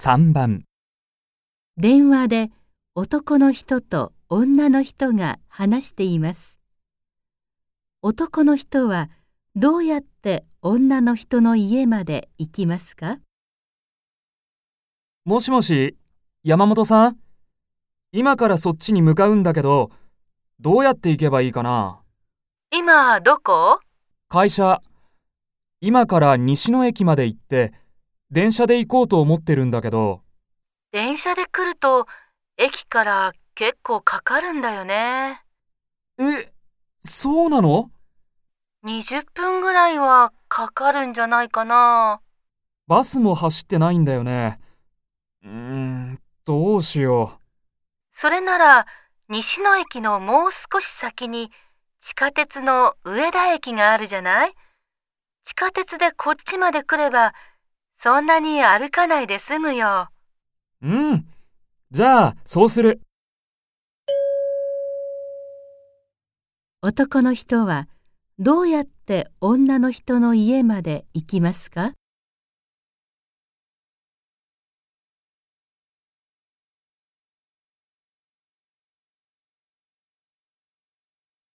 3番。 電話で男の人と女の人が話しています。男の人はどうやって女の人の家まで行きますか？ もしもし、山本さん？今からそっちに向かうんだけど、どうやって行けばいいかな？ 今どこ？ 会社。今から西野駅まで行って、電車で行こうと思ってるんだけど。 電車で来ると駅から結構かかるんだよね。 そうなの 20分ぐらいはかかるんじゃないかな。 バスも走ってないんだよね。どうしよう。 それなら西野駅のもう少し先に地下鉄の上田駅があるじゃない？地下鉄でこっちまで来ればそんなに歩かないで済むよ。 じゃあそうする。 男の人はどうやって女の人の家まで行きますか？